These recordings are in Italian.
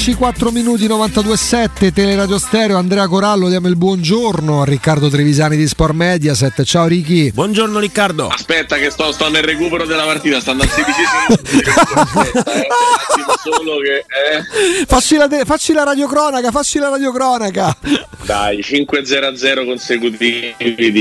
11:04, 92.7 Teleradio Stereo. Andrea Corallo, diamo il buongiorno a Riccardo Trevisani di Sport Mediaset. Ciao Ricky. Buongiorno Riccardo. Aspetta che sto nel recupero della partita, stanno al 16esimo. Solo che facci la radiocronaca. Dai, 5-0-0 consecutivi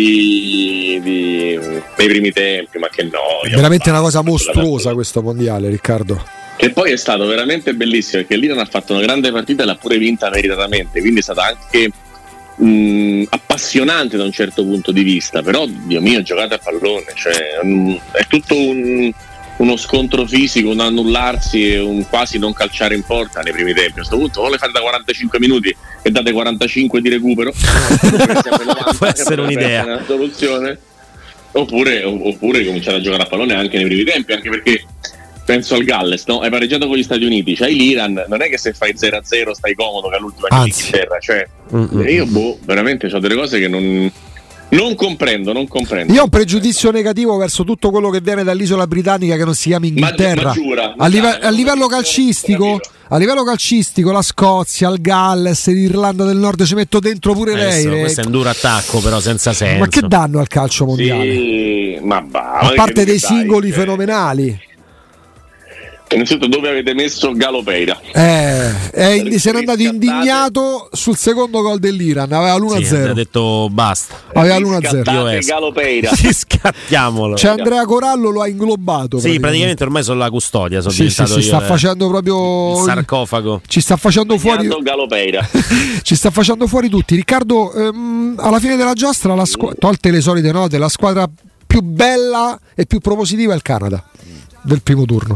nei primi tempi, ma che no. È veramente una cosa mostruosa questo mondiale, Riccardo. Che poi è stato veramente bellissimo, perché l'Iran ha fatto una grande partita e l'ha pure vinta meritatamente, quindi è stata anche appassionante da un certo punto di vista. Però, Dio mio, giocate a pallone, cioè, è tutto uno scontro fisico, un annullarsi e un quasi non calciare in porta nei primi tempi. A questo punto o le fate da 45 minuti e date 45 di recupero può essere un'idea, una soluzione, oppure cominciare a giocare a pallone anche nei primi tempi, anche perché penso al Galles, no? Hai pareggiato con gli Stati Uniti, c'hai l'Iran, non è che se fai 0-0 stai comodo che all'ultima che l'Inghilterra, cioè io veramente ho delle cose che non comprendo. Io ho un pregiudizio negativo verso tutto quello che viene dall'isola britannica che non si chiama Inghilterra. A livello calcistico, la Scozia, il Galles, l'Irlanda del Nord ci metto dentro pure lei. Questo è un duro attacco, però senza senso. Ma che danno al calcio mondiale? Sì, a parte dei singoli fenomenali. Innanzitutto, dove avete messo Galopeira? Se n'è andato indignato sul secondo gol dell'Iran, aveva l'1-0. Sì, ha detto basta. Aveva l'1-0. Galopeira. Sì, scattiamolo. Cioè Andrea Corallo lo ha inglobato. Sì, praticamente ormai sono la custodia. Sì, sta facendo proprio il sarcofago. Ci sta facendo fuori Galopeira. Ci sta facendo fuori tutti. Riccardo, alla fine della giostra, tolte le solite note, la squadra più bella e più propositiva è il Canada del primo turno.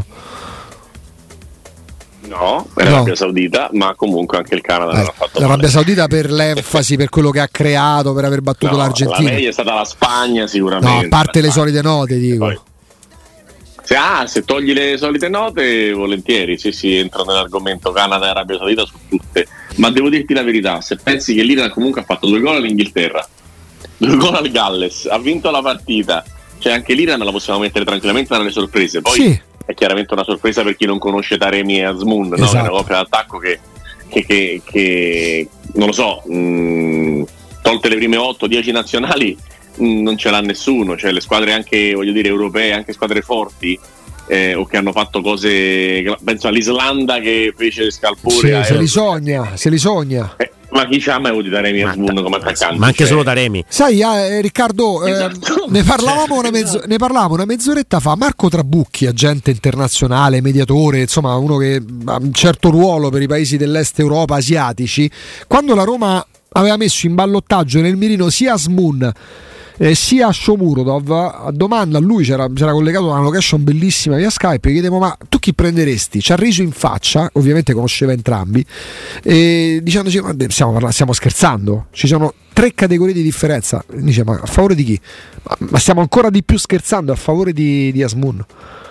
No, è l'Arabia Saudita, ma comunque anche il Canada non ha fatto l'Arabia Saudita per l'enfasi, per quello che ha creato, per aver battuto l'Argentina. La meglio è stata la Spagna sicuramente. No, a parte le solite note, dico. Poi, se togli le solite note, volentieri, sì, entro nell'argomento Canada e Arabia Saudita su tutte. Ma devo dirti la verità, se pensi che l'Iran comunque ha fatto 2 gol all'Inghilterra, 2 gol al Galles, ha vinto la partita, cioè anche l'Iran la possiamo mettere tranquillamente tra le sorprese. Poi sì, è chiaramente una sorpresa per chi non conosce Taremi e Azmoun, esatto. No? Che è una coppia d'attacco che non lo so, tolte le prime 8-10 nazionali, non ce l'ha nessuno, cioè le squadre anche, voglio dire, europee, anche squadre forti, o che hanno fatto cose, penso all'Islanda che fece Scalpore, se li sogna. Ma chi c'ha mai avuto Taremi e Azmoun come attaccante? Ma anche solo Taremi. Sai, Riccardo, esatto. ne parlavamo una mezz'oretta fa. Marco Trabucchi, agente internazionale, mediatore, insomma uno che ha un certo ruolo per i paesi dell'est Europa, asiatici, quando la Roma aveva messo in ballottaggio nel mirino sia Azmoun sia Shomurodov, a domanda a lui c'era collegato una location bellissima via Skype, gli chiedevo: ma tu chi prenderesti? Ci ha riso in faccia, ovviamente conosceva entrambi, dicendoci: ma stiamo scherzando, ci sono 3 categorie di differenza. Dice: ma a favore di chi? Ma stiamo ancora di più scherzando, a favore di Azmoun.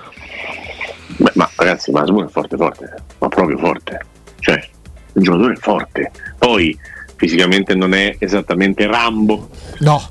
Ma ragazzi, ma Azmoun è forte, ma proprio forte, cioè un giocatore forte, poi fisicamente non è esattamente Rambo, no,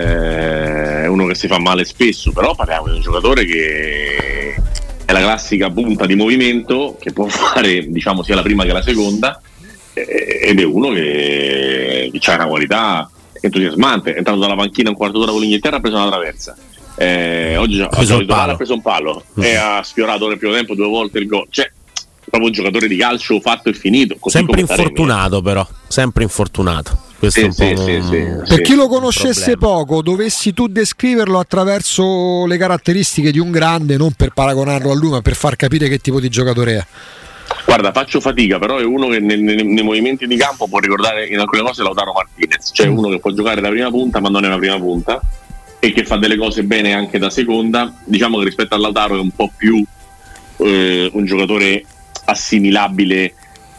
è uno che si fa male spesso, però parliamo di un giocatore che è la classica punta di movimento che può fare, diciamo, sia la prima che la seconda, ed è uno che ha una qualità entusiasmante. È entrato dalla panchina un quarto d'ora con l'Inghilterra, ha preso una traversa, oggi ha preso un palo e ha sfiorato nel primo tempo 2 volte il gol, cioè proprio un giocatore di calcio fatto e finito, sempre infortunato. Però sempre infortunato. Questo è un po'. Per chi lo conoscesse poco, dovessi tu descriverlo attraverso le caratteristiche di un grande, non per paragonarlo a lui, ma per far capire che tipo di giocatore è? Guarda, faccio fatica, però è uno che nei movimenti di campo può ricordare in alcune cose Lautaro Martinez, cioè uno che può giocare da prima punta ma non è una prima punta, e che fa delle cose bene anche da seconda. Diciamo che rispetto a Lautaro è un po' più un giocatore assimilabile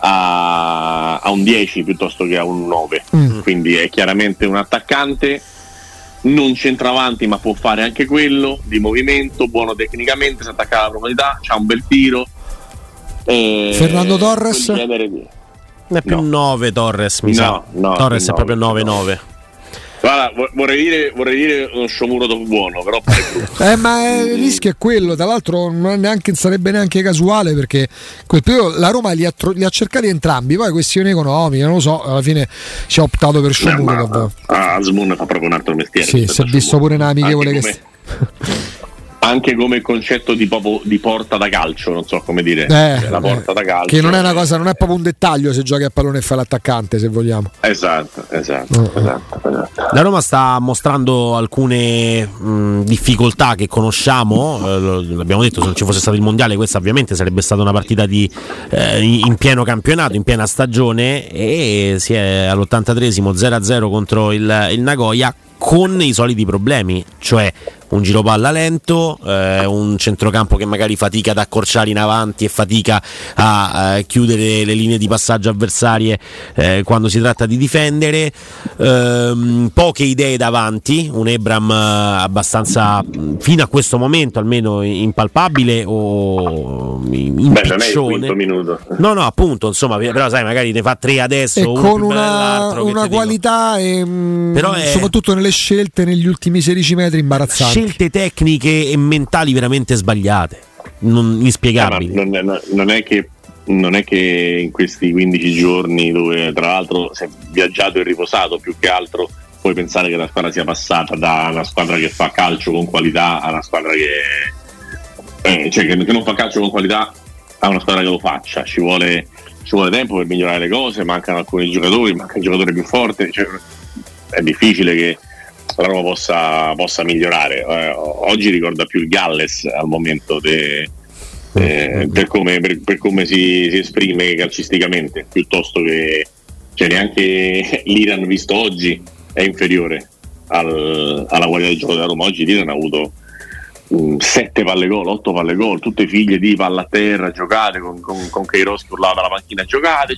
a un 10 piuttosto che a un 9, quindi è chiaramente un attaccante, non centravanti, ma può fare anche quello di movimento, buono tecnicamente, si attacca alla profondità, c'ha un bel tiro. Fernando Torres è più 9 Torres, mi sa. Torres è proprio 9-9. Guarda, vorrei dire uno sciomuro buono, però ma il rischio è quello. Tra l'altro non sarebbe neanche casuale, perché quel periodo la Roma li ha cercati entrambi, poi questioni economiche, non lo so, alla fine ci ha optato per sciomuro. Asmun fa proprio un altro mestiere. Sì, si è visto pure una amichevole anche come concetto di porta da calcio, non so come dire, la porta da calcio, che non è una cosa, non è proprio un dettaglio se giochi a pallone e fai l'attaccante, se vogliamo. Esatto. La Roma sta mostrando alcune difficoltà che conosciamo, l'abbiamo detto, se non ci fosse stato il mondiale questa ovviamente sarebbe stata una partita in pieno campionato, in piena stagione, e si è all'83esimo 0-0 contro il Nagoya, con i soliti problemi, cioè un giro palla lento, un centrocampo che magari fatica ad accorciare in avanti e fatica a chiudere le linee di passaggio avversarie quando si tratta di difendere, poche idee davanti, un Ebram abbastanza, fino a questo momento almeno, impalpabile o in piccione. No, appunto, insomma, però sai, magari ne fa 3 adesso e con una qualità però soprattutto nelle scelte negli ultimi 16 metri imbarazzanti, scelte tecniche e mentali veramente sbagliate, inspiegabili. Non è che in questi 15 giorni, dove tra l'altro si è viaggiato e riposato, più che altro puoi pensare che la squadra sia passata da una squadra che fa calcio con qualità a una squadra che non fa calcio con qualità a una squadra che lo faccia. Ci vuole tempo per migliorare le cose, mancano alcuni giocatori, manca un giocatore più forte, è difficile che la Roma possa migliorare. Oggi ricorda più il Galles al momento per come si esprime calcisticamente, piuttosto che neanche l'Iran visto oggi è inferiore alla qualità di gioco della Roma. Oggi l'Iran ha avuto 7 palle gol, 8 palle gol, tutte figlie di palla a terra, giocate con Queiroz che urlava dalla panchina, giocate.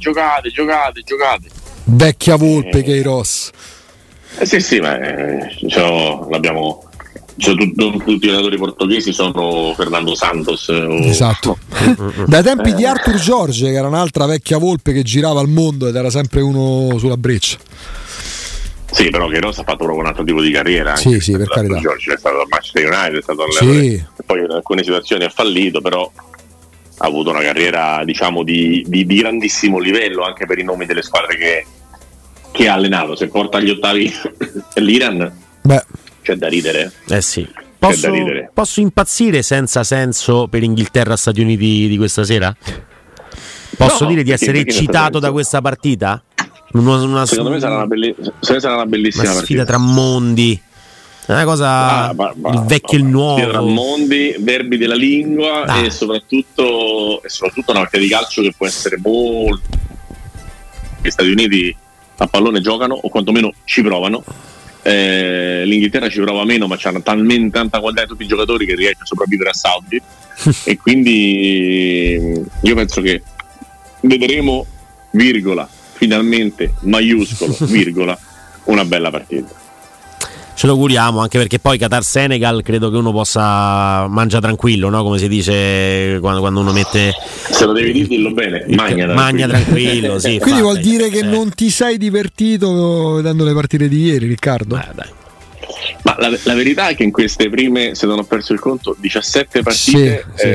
Vecchia volpe Queiroz. Sì, ma l'abbiamo. Tutti gli allenatori portoghesi sono Fernando Santos. Esatto. Dai tempi di Arthur Jorge, che era un'altra vecchia volpe che girava al mondo ed era sempre uno sulla breccia. Sì, però Queiroz ha fatto proprio un altro tipo di carriera. Sì, per carità. Jorge è stato a Manchester United, è stato allenatore. Sì. E poi in alcune situazioni ha fallito, però ha avuto una carriera, diciamo, di grandissimo livello anche per i nomi delle squadre che ha allenato. Se porta agli ottavi l'Iran, c'è da ridere. Sì. Posso impazzire senza senso per Inghilterra-Stati Uniti di questa sera? Posso dire di essere eccitato da questa partita? Secondo me sarà una bellissima sfida tra mondi. È una cosa, il vecchio e il nuovo. Sfida tra mondi, derby della lingua e soprattutto una partita di calcio che può essere molto. Gli Stati Uniti a pallone giocano, o quantomeno ci provano. L'Inghilterra ci prova meno, ma c'hanno talmente tanta qualità di tutti i giocatori che riesce a sopravvivere a Southgate. E quindi io penso che vedremo, finalmente, maiuscolo, una bella partita. Ce lo auguriamo, anche perché poi Qatar-Senegal credo che uno possa mangia tranquillo, no? Come si dice quando uno mette. Se lo devi dire, dillo bene. Magna tranquillo, sì. Quindi vuol dire che non ti sei divertito vedendo le partite di ieri, Riccardo? Dai. Ma la verità è che in queste prime, se non ho perso il conto, 17 partite sì.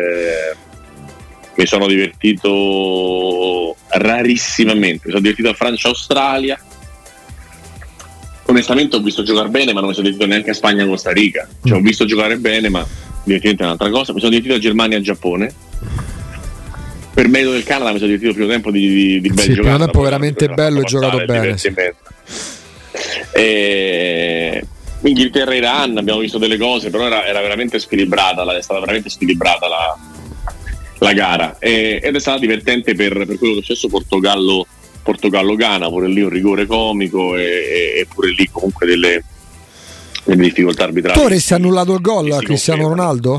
Mi sono divertito rarissimamente. Mi sono divertito a Francia-Australia. Onestamente ho visto giocare bene, ma non mi sono divertito neanche a Spagna-Costa Rica. Ho visto giocare bene, ma divertente è un'altra cosa. Mi sono divertito a Germania-Giappone. Per merito del Canada mi sono divertito il primo tempo di ben giocato. Il primo tempo veramente bello e giocato bene. Inghilterra-Iran abbiamo visto delle cose, però era veramente squilibrata, è stata veramente squilibrata la gara, ed è stata divertente per quello che è successo. Portogallo-Ghana, pure lì un rigore comico e pure lì comunque delle difficoltà arbitrali. Tu avresti annullato il gol a Cristiano Ronaldo?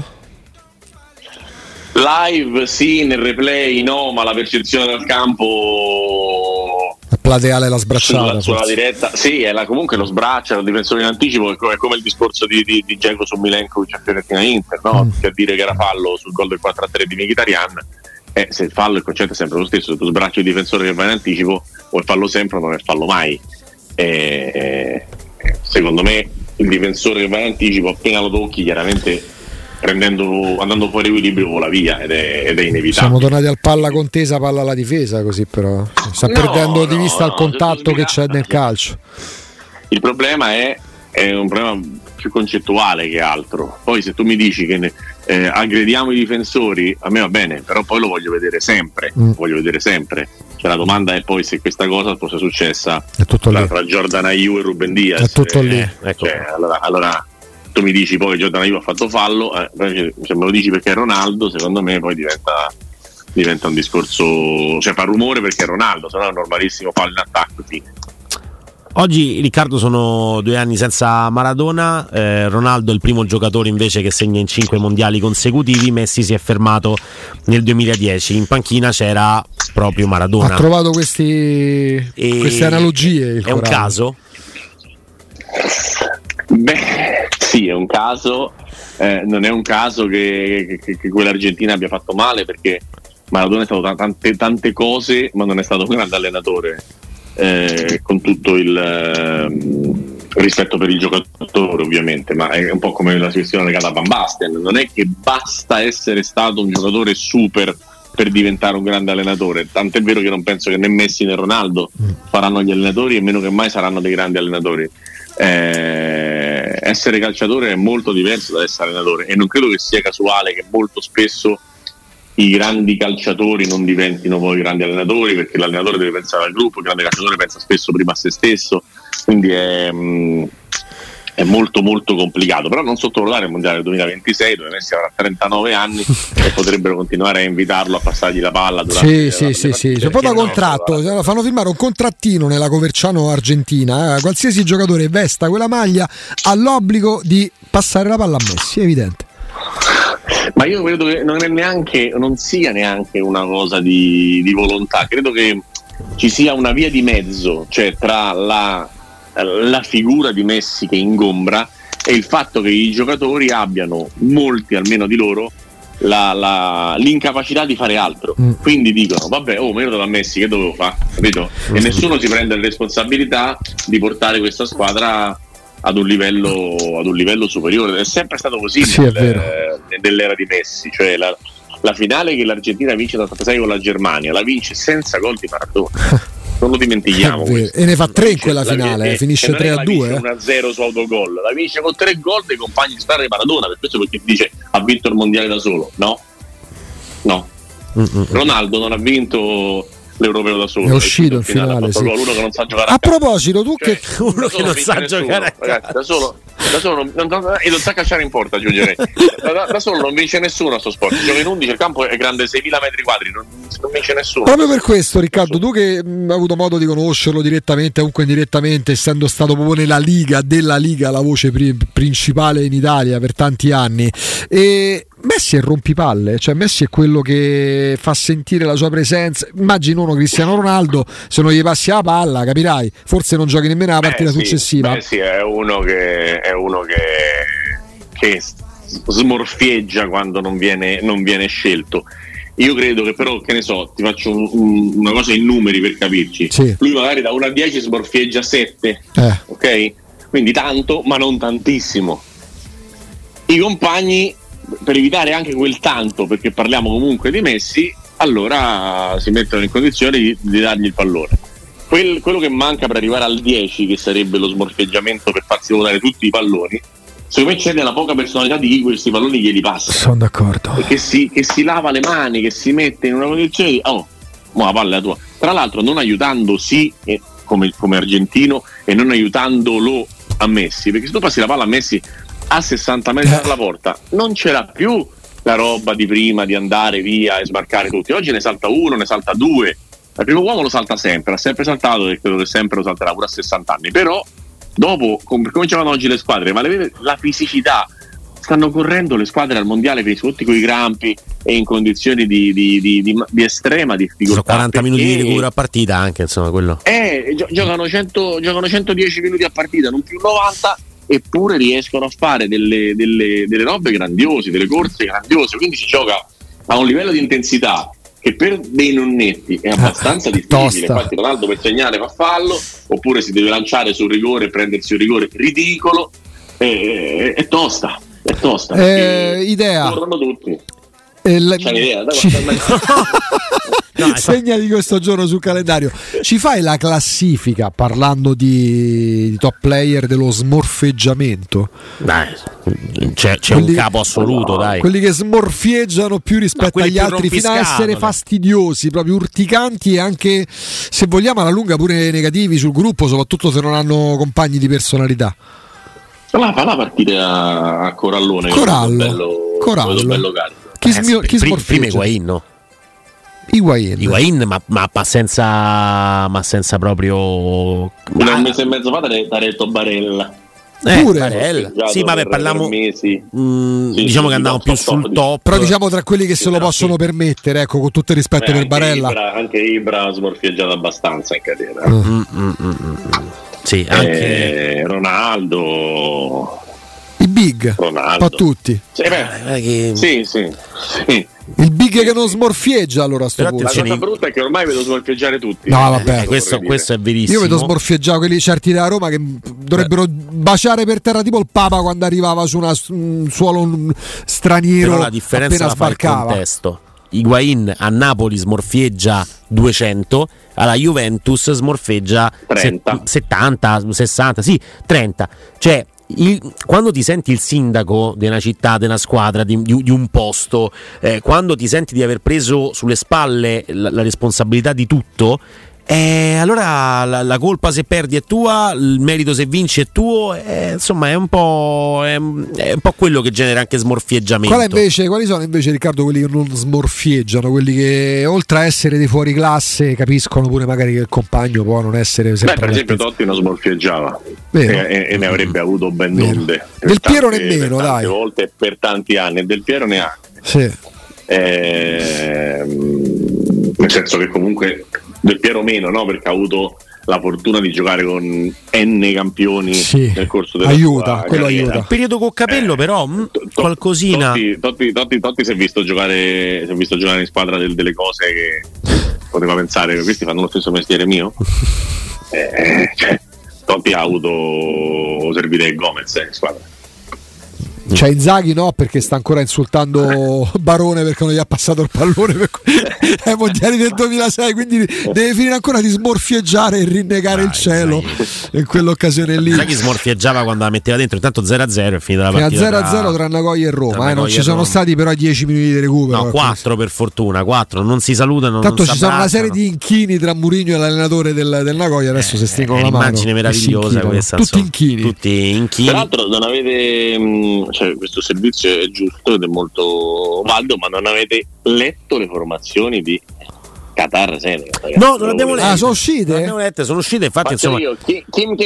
Live sì, nel replay no, ma la percezione del campo, la plateale, la sbracciata sulla diretta, sì, comunque lo sbraccia, il difensore in anticipo, è come il discorso di Dzeko su Milenkovic a Fiorentina Inter, no? Per dire che era fallo sul gol del 4-3 di Mkhitaryan. Se il fallo, il concetto è sempre lo stesso: se tu sbracci il difensore che va in anticipo, o è fallo sempre o non è fallo mai. secondo me il difensore che va in anticipo appena lo tocchi chiaramente andando fuori equilibrio vola via ed è inevitabile. Siamo tornati al palla contesa, palla alla difesa, così però sta perdendo di vista il contatto che c'è nel calcio. Il problema è un problema più concettuale che altro. Poi se tu mi dici che aggrediamo i difensori, a me va bene, però poi lo voglio vedere sempre. Cioè, la domanda è poi se questa cosa fosse successa tra Jordan Ayew e Ruben Diaz. È tutto lì. Ecco. Cioè, allora tu mi dici poi Jordan Ayew ha fatto fallo, se me lo dici perché è Ronaldo, secondo me poi diventa un discorso, cioè fa rumore perché è Ronaldo, se no è normalissimo fallo in attacco, fine. Oggi, Riccardo, sono 2 anni senza Maradona, Ronaldo è il primo giocatore invece che segna in 5 mondiali consecutivi, Messi si è fermato nel 2010, in panchina c'era proprio Maradona. Ha trovato queste analogie. È un caso? Beh, sì, è un caso, non è un caso che quell'Argentina abbia fatto male, perché Maradona è stato tante cose, ma non è stato un grande allenatore. Con tutto il rispetto per il giocatore ovviamente, ma è un po' come la questione legata a Van Basten, non è che basta essere stato un giocatore super per diventare un grande allenatore, tant'è vero che non penso che né Messi né Ronaldo faranno gli allenatori e meno che mai saranno dei grandi allenatori. Essere calciatore è molto diverso da essere allenatore, e non credo che sia casuale che molto spesso i grandi calciatori non diventino poi grandi allenatori, perché l'allenatore deve pensare al gruppo, il grande calciatore pensa spesso prima a se stesso, quindi è molto molto complicato. Però non sottovalutare il mondiale del 2026, dove Messi avrà 39 anni e potrebbero continuare a invitarlo a passargli la palla durante sì. C'è poi da contratto, fanno firmare un contrattino nella Coverciano Argentina, qualsiasi giocatore vesta quella maglia ha l'obbligo di passare la palla a Messi, è evidente. Ma io credo che non sia neanche una cosa di volontà, credo che ci sia una via di mezzo, cioè tra la figura di Messi che ingombra e il fatto che i giocatori abbiano, molti almeno di loro, l'incapacità di fare altro. Quindi dicono vabbè, ma io ero da Messi, che dovevo fare, capito? E nessuno si prende la responsabilità di portare questa squadra ad un livello superiore. È sempre stato così nell'era di Messi, cioè la finale che l'Argentina vince da 86 con la Germania la vince senza gol di Maradona, non lo dimentichiamo, e ne fa 3 in quella finale, finisce 3-2, 1-0 su autogol, la vince con 3 gol dei compagni di squadra di Maradona, per questo perché dice ha vinto il mondiale da solo. No. Ronaldo non ha vinto l'europeo da solo, è uscito in finale, sì. Uno che non sa giocare a proposito, tu cioè, che uno che non sa giocare, ragazzi, da solo e non sa calciare in porta, aggiungerei. da solo non vince nessuno a sto sport, gioca in 11, il campo è grande 6.000 metri quadri, non vince nessuno. Proprio per questo, Riccardo, tu che hai avuto modo di conoscerlo direttamente, comunque indirettamente, essendo stato proprio nella della Liga, la voce principale in Italia per tanti anni, e Messi è rompipalle, cioè Messi è quello che fa sentire la sua presenza. Immagino uno Cristiano Ronaldo, se non gli passi la palla, capirai, forse non giochi nemmeno la partita successiva. Messi è uno che smorfieggia quando non viene scelto. Io credo che però, che ne so, ti faccio una cosa in numeri per capirci. Sì. Lui magari da 1 a 10 smorfieggia 7, ok? Quindi tanto, ma non tantissimo. I compagni, per evitare anche quel tanto, perché parliamo comunque di Messi, allora si mettono in condizione di dargli il pallone. Quello che manca per arrivare al 10, che sarebbe lo smorfieggiamento per farsi votare tutti i palloni, secondo me c'è nella poca personalità di chi questi palloni glieli passa. Sono d'accordo. Che si lava le mani, che si mette in una condizione di la palla è la tua. Tra l'altro non aiutando come argentino, e non aiutandolo a Messi, perché se tu passi la palla a Messi a 60 metri dalla porta non c'era più la roba di prima di andare via e sbarcare tutti. Oggi ne salta uno, ne salta 2. Il primo uomo lo salta sempre, ha sempre saltato e credo che sempre lo salterà pure a 60 anni. Però dopo, come giocano oggi le squadre, ma la fisicità, stanno correndo le squadre al mondiale tutti coi crampi e in condizioni di estrema difficoltà. Sono 40 minuti di recupero a partita anche, insomma, quello. Giocano 110 minuti a partita, non più 90, eppure riescono a fare delle robe grandiose, delle corse grandiose. Quindi si gioca a un livello di intensità che per dei nonnetti è abbastanza difficile. Infatti Ronaldo per segnare fa fallo, oppure si deve lanciare sul rigore e prendersi un rigore ridicolo, è tosta, idea. Corrono tutti. C'è un'idea? Segnati questo giorno sul calendario. Ci fai la classifica parlando di top player dello smorfeggiamento? Dai, c'è un capo assoluto, dai. Quelli che smorfieggiano più rispetto agli altri fino a essere fastidiosi, proprio urticanti e anche, se vogliamo, alla lunga pure negativi sul gruppo, soprattutto se non hanno compagni di personalità. Fa la partita a Corallone. Corallo. Bello carico. Prima Higuain, no? Higuain, ma senza proprio. Un mese e mezzo fa ti ha detto Barella. Pure Barella. Sì, vabbè, parliamo. Diciamo che andavamo più sul top. Però diciamo tra quelli che se lo possono permettere, ecco, con tutto il rispetto per Barella. Anche Ibra ha smorfieggiato abbastanza in carriera. Sì, anche Ronaldo. I big, un po' tutti. Sì. Il big che non smorfieggia, allora a sto punto. La cosa brutta è che ormai vedo smorfieggiare tutti. No, vabbè, questo è verissimo. Io vedo smorfieggiare quelli certi da Roma che dovrebbero baciare per terra tipo il Papa quando arrivava su un suolo straniero. Però la differenza appena sbarcava. Fa il contesto. Higuain a Napoli smorfieggia 200, alla Juventus smorfieggia 30. 70, 60, sì, 30. Cioè, quando ti senti il sindaco di una città, di una squadra, di un posto, quando ti senti di aver preso sulle spalle la responsabilità di tutto, allora la colpa se perdi è tua, il merito se vinci è tuo, insomma è un po' quello che genera anche smorfieggiamento. Quali sono invece, Riccardo, quelli che non smorfieggiano, quelli che oltre a essere dei fuori classe capiscono pure magari che il compagno può non essere sempre. Per esempio Totti non smorfieggiava e ne avrebbe avuto ben donde. Del Piero nemmeno, dai. Volte per tanti anni, e Del Piero neanche. Sì. Nel senso che comunque Del Piero meno, no? Perché ha avuto la fortuna di giocare con N campioni nel corso della sua carriera. Aiuta. Il periodo col Capello però qualcosina. Totti si è visto giocare in squadra delle cose che poteva pensare che questi fanno lo stesso mestiere mio. Totti ha avuto Servire e Gomez in squadra. C'è Inzaghi no, perché sta ancora insultando Barone perché non gli ha passato il pallone ai mondiali del 2006, quindi deve finire ancora di smorfieggiare e rinnegare il cielo in quell'occasione lì. Inzaghi smorfieggiava quando la metteva dentro, intanto 0-0 è finita la partita. 0-0 tra Nagoya e Roma, non ci sono stati però 10 minuti di recupero. No, 4 per fortuna, 4, non si salutano. Tanto ci sono una serie di inchini tra Mourinho e l'allenatore del Nagoya, adesso si stringono la mano. Un'immagine meravigliosa questa. Tutti inchini. Tra l'altro non avete... questo servizio è giusto ed è molto valido, ma non avete letto le formazioni di Qatar Senegal? No, non abbiamo letto. Sono uscite? Sono uscite, infatti insomma. Io, Kim.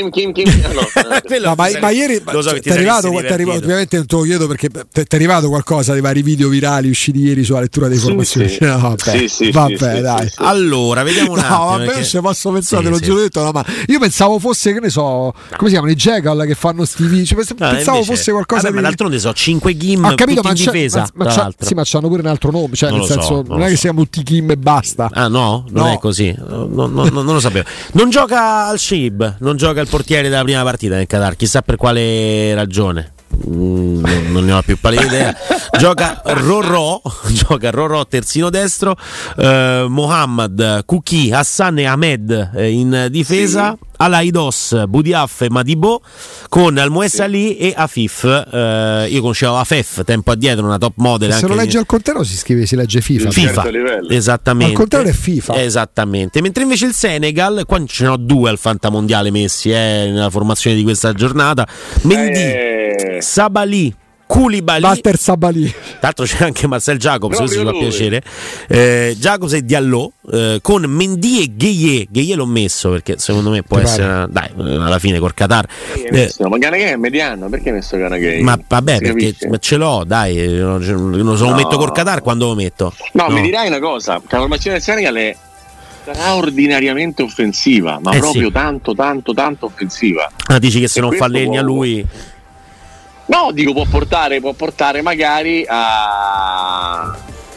No, ma ieri lo so che ti è arrivato, ovviamente non te lo chiedo perché ti è arrivato qualcosa dei vari video virali usciti ieri sulla lettura dei formazioni. Sì. No, vabbè, dai. Sì. Allora, vediamo un attimo. No, vabbè, non ci posso pensare, te lo giuro detto, no, ma io pensavo fosse, che ne so, come si chiamano i Jekyll che fanno sti video, pensavo invece, fosse qualcosa ma d'altronde so 5 Kim capito, tutti in difesa. Sì, ma c'hanno pure un altro nome, cioè nel senso non è che siamo tutti Kim e basta. Ah no? Non è così, non lo sapevo. Non gioca al Shib, non gioca il portiere della prima partita nel Qatar, chissà per quale ragione. Non ne ho più pallida idea. Gioca Rorò terzino destro, Mohamed, Kuki, Hassan e Ahmed in difesa, Alaidos, Boudiaf e Madibo con Al-Muessa Ali e Afif. Io conoscevo Afef tempo addietro, una top model. Se lo legge al contrario si legge FIFA. Esattamente. Al contrario è FIFA. Esattamente. Mentre invece il Senegal, qua ce ne ho 2 al fantamondiale messi nella formazione di questa giornata. Mendy, Sabali, Koulibaly, Walter Sabali. Tra l'altro c'è anche Marcel Jacobs, questo ci fa piacere. Jacobs e Diallo con Mendy e Gueye l'ho messo perché secondo me può essere dai, alla fine col Qatar. Ma Ganagay è mediano, perché hai messo Ganagay? Ma vabbè, perché ce l'ho, dai, lo metto col Qatar quando lo metto. No, mi dirai una cosa, la formazione del Senegal è straordinariamente offensiva, ma proprio tanto offensiva. Dici che se non fa legna lui... No, dico può portare magari a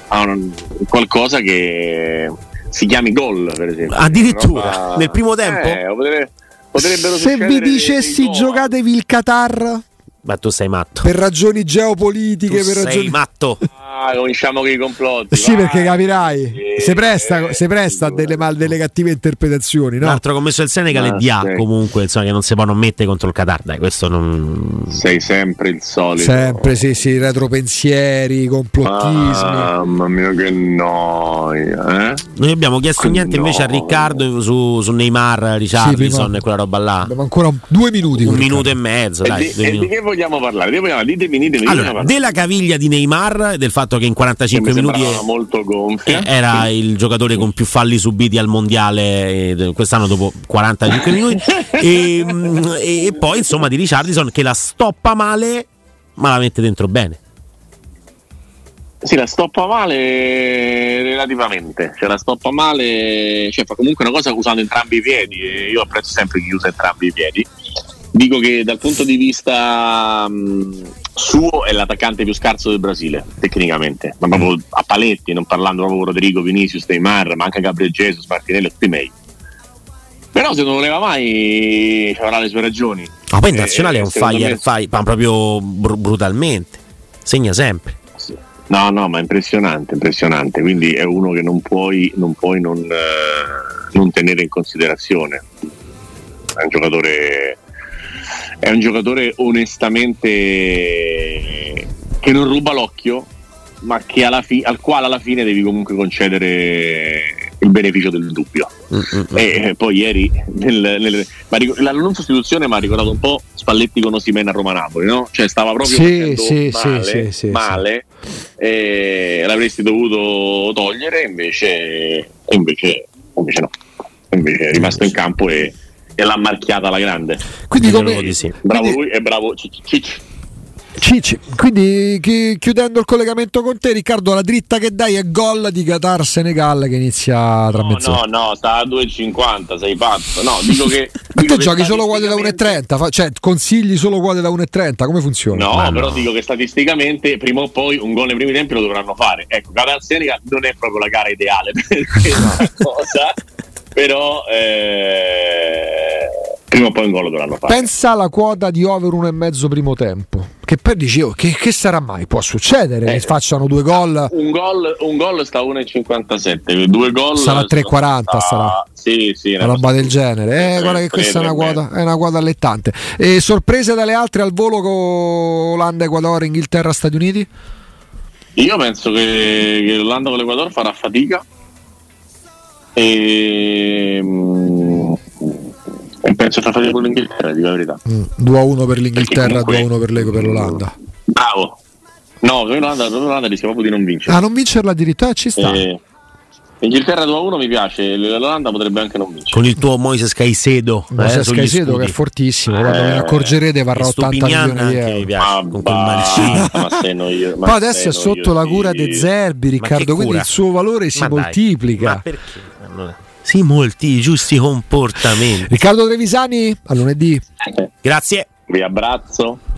qualcosa che si chiami gol, per esempio. Addirittura nel primo tempo? Potrebbero se vi dicessi giocatevi il Qatar, ma tu sei matto per ragioni geopolitiche, tu per ragioni... sei matto. Cominciamo con i complotti. Sì, perché capirai, si presta a delle cattive interpretazioni, no? L'altro commesso del Senegal è Dia, comunque, insomma, che non si può non mettere contro il Qatar. Dai, questo non. Sei sempre il solito. Sempre, sì, retropensieri, complottismi. Mamma mia, che noia. Noi abbiamo chiesto niente invece a Riccardo su Neymar, Richarlison e quella roba là. Abbiamo ancora 2 minuti. Un minuto e mezzo, dai. Di che vogliamo parlare? Ditemi. Allora, della caviglia di Neymar, del fatto che in 45 minuti molto gonfia. Era il giocatore con più falli subiti al mondiale quest'anno dopo 45 minuti e poi insomma di Richarlison che la stoppa male ma la mette dentro bene. Sì, la stoppa male relativamente, la stoppa male, fa comunque una cosa usando entrambi i piedi, e io apprezzo sempre chi usa entrambi i piedi. Dico che dal punto di vista suo è l'attaccante più scarso del Brasile, tecnicamente, ma proprio a paletti, non parlando proprio Rodrigo, Vinicius, Neymar, ma anche Gabriel Jesus, Martinelli, tutti meglio. Però se non voleva mai avrà le sue ragioni. Ma poi in nazionale è un fire, ma proprio brutalmente, segna sempre. Sì. No, ma è impressionante, quindi è uno che non puoi non tenere in considerazione. È un giocatore onestamente che non ruba l'occhio, ma che al quale alla fine devi comunque concedere il beneficio del dubbio. E poi ieri la non sostituzione mi ha ricordato un po' Spalletti con Osimhen a Roma-Napoli, no? Cioè stava proprio male, l'avresti dovuto togliere, invece no, invece è rimasto in campo e l'ha marchiata alla grande. Quindi bravo lui e bravo Cicci. Quindi chiudendo il collegamento con te, Riccardo, la dritta che dai è gol di Qatar-Senegal che inizia tra mezz'ora. No, sta a 2,50, sei pazzo. No, dico che tu giochi solo quote da 1,30, cioè consigli solo quote da 1,30, come funziona? Però dico che statisticamente prima o poi un gol nei primi tempi lo dovranno fare. Ecco, Qatar-Senegal non è proprio la gara ideale per questa cosa, però prima o poi un gol lo dovranno fare. Pensa alla quota di over 1,5 primo tempo, che poi dici che sarà mai? Può succedere che facciano 2 gol. Un gol sta a 1,57, 2 gol sarà 3,40, sarà. Sì, una roba del genere. Guarda che questa è una quota allettante. E sorprese dalle altre al volo con Olanda, Ecuador, Inghilterra, Stati Uniti? Io penso che l'Olanda con l'Ecuador farà fatica e penso che farà con l'Inghilterra, dico la verità. 2-1 per l'Inghilterra, comunque, 2-1 per l'Olanda. Bravo. No, l'Olanda rischia proprio di non vincere. Non vincerla addirittura, ci sta. Inghilterra 2-1 mi piace, l'Olanda potrebbe anche non vincere. Con il tuo Moises Caicedo, Caicedo che è fortissimo, quando ve ne accorgerete varrà 80 milioni di euro. Mi piace, con quel mancino. Poi adesso è sotto la cura De Zerbi, Riccardo, quindi il suo valore si moltiplica. Ma perché? Sì, molti giusti comportamenti. Riccardo Trevisani, a lunedì. Grazie. Vi abbraccio.